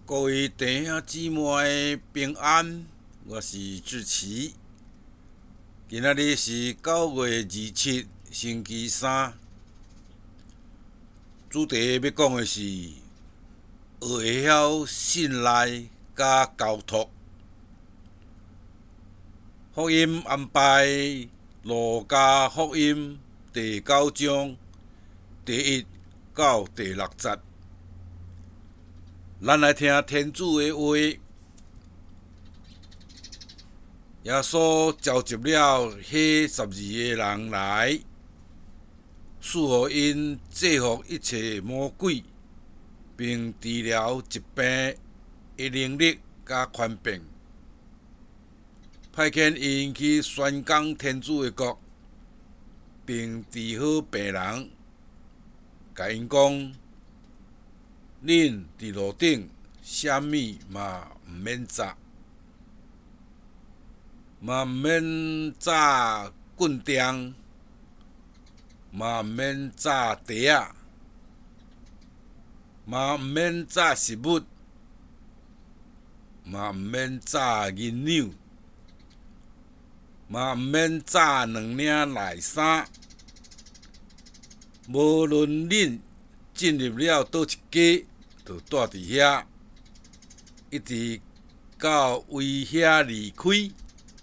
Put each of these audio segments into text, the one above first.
各位弟兄姊妹平安，我是志奇。今仔日是9月27，星期三。主题要讲的是学会晓信赖甲交托。福音安排路加福音第9章第1到第6节。咱来听天主的话。耶稣召集了迄12个人来，赐予因制服一切魔鬼，并治疗疾病的能力甲权柄，派遣因去宣讲天主的国，并治好病人，甲因讲：恁伫路顶啥物嘛毋免扎，嘛毋免扎棍杖，嘛毋免扎笛仔，嘛毋免扎食物，嘛毋免扎银两，嘛毋免扎2领内衫。无论恁进入了倒一家，就住伫遐，一直到为遐离开。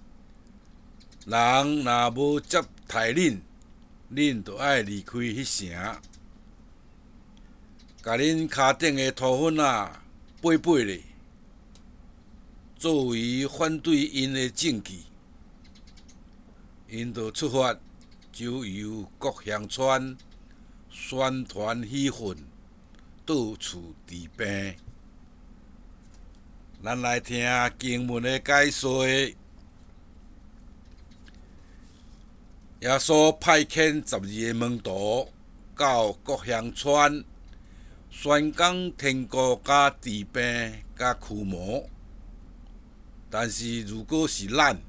人若无接待恁，恁就爱离开迄城，甲恁骹顶的土粉掰掰咧，作为反对因的证据。因就出发，周游各乡村，宣传喜讯，到处治病。咱来听经文的解说。耶稣派遣12个门徒到各乡村，宣讲天国、甲治病、甲驱魔。但是如果是咱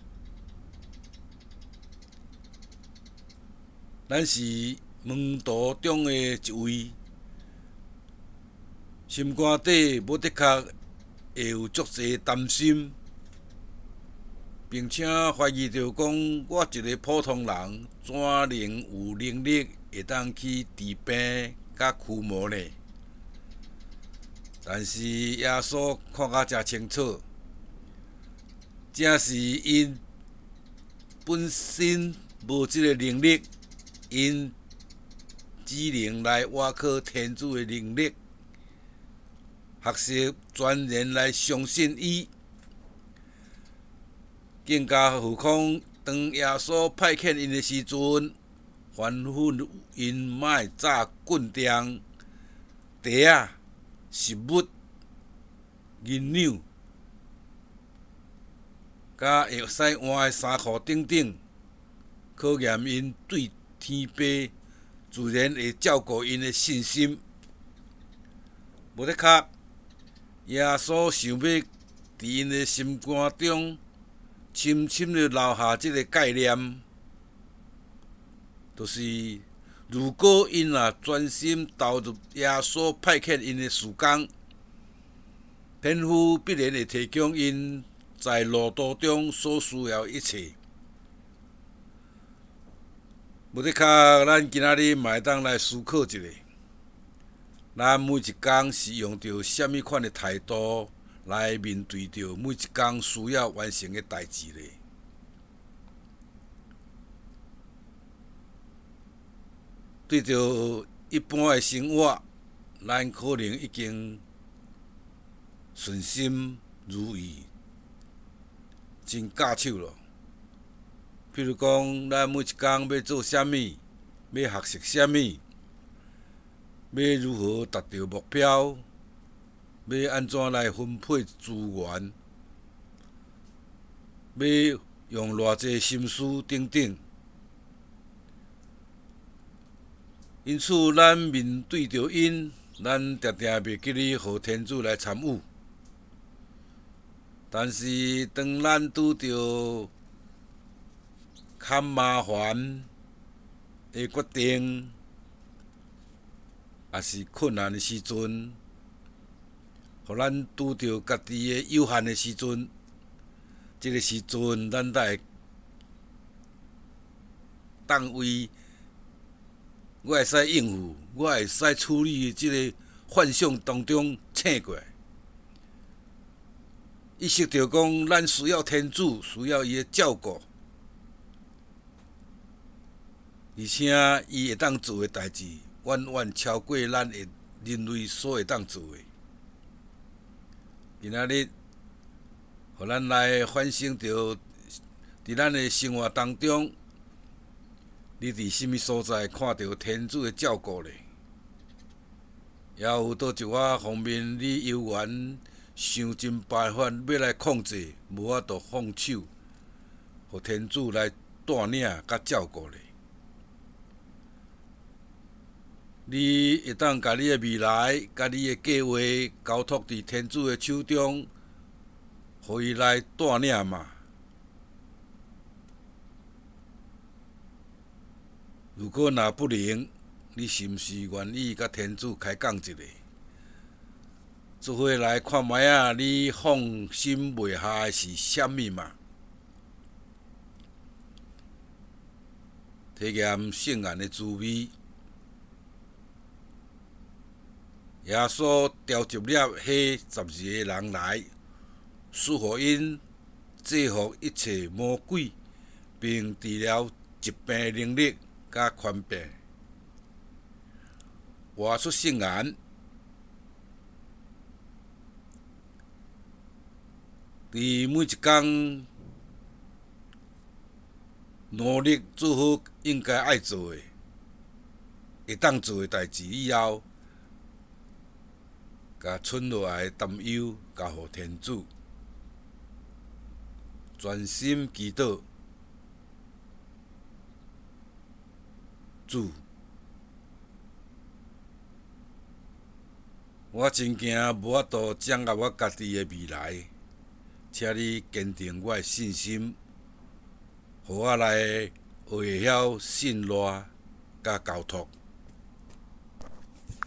是门徒中的一位，心肝底要的确会有足侪担心，并且怀疑着讲，我一个普通人，怎能有能力会当去治病甲驱魔呢？但是耶稣看甲真清楚，正是因本身无即个能力，因只能来倚靠天主的能力，学习全然来相信伊。更加何况，当耶稣派遣因的时阵，吩咐因莫扎棍杖、笛仔、食物、银两，甲会使换的衫裤等等，考验因对天父自然会照顾因的信心。无的确，耶稣想要伫因的心肝中深深地留下这个概念，就是如果因若专心投入耶稣派遣因的事工，天父必然会提供因在路途中所需要一切。无的确，咱今仔日嘛会当来思考一下，咱每一工是用着什么款的态度来面对着每一工需要完成的代志呢？对着一般的生活，咱可能已经顺心如意，真佳手了。譬如讲，咱每一工要做啥物，要学习啥物，要如何达到目标，要安怎来分配资源，要用偌济心思等等。因此，咱面对着因，咱常常袂记咧互天主来参与。但是，当咱拄着较麻烦的决定，也是困难的时阵， 互咱拄着家己的有限的时阵，即个时阵咱才会当为我会使应付，我会使处理即个幻想当中醒过来。意识到讲，咱需要天主，需要伊的照顾，而且伊会当做的代志，远远超过咱的人类所会当做的。今仔日，互咱来反省着，伫咱的生活当中，你伫什么所在看到天主的照顾呢？也有倒一寡方面，你犹原想尽办法要来控制，无法度放手，互天主来带领甲照顾你。你会当甲你的未来、甲你的计划交托伫天主的手中，互伊来带领嘛？如果若不能，你是毋是愿意甲天主开讲一下？做伙来看卖啊！你放心袂下的是啥物嘛？体验圣言的滋味。耶稣召集了迄12个人来，赐予因制服一切魔鬼，并治疗疾病的能力甲权柄。活出圣言。伫每一天努力做好应该爱做的、会当做的代志以后，甲剩落来的担忧交予天主，专心祈祷。主，我真惊无法度掌握我家己的未来。请你坚定我的信心，互我来会晓信赖甲交托。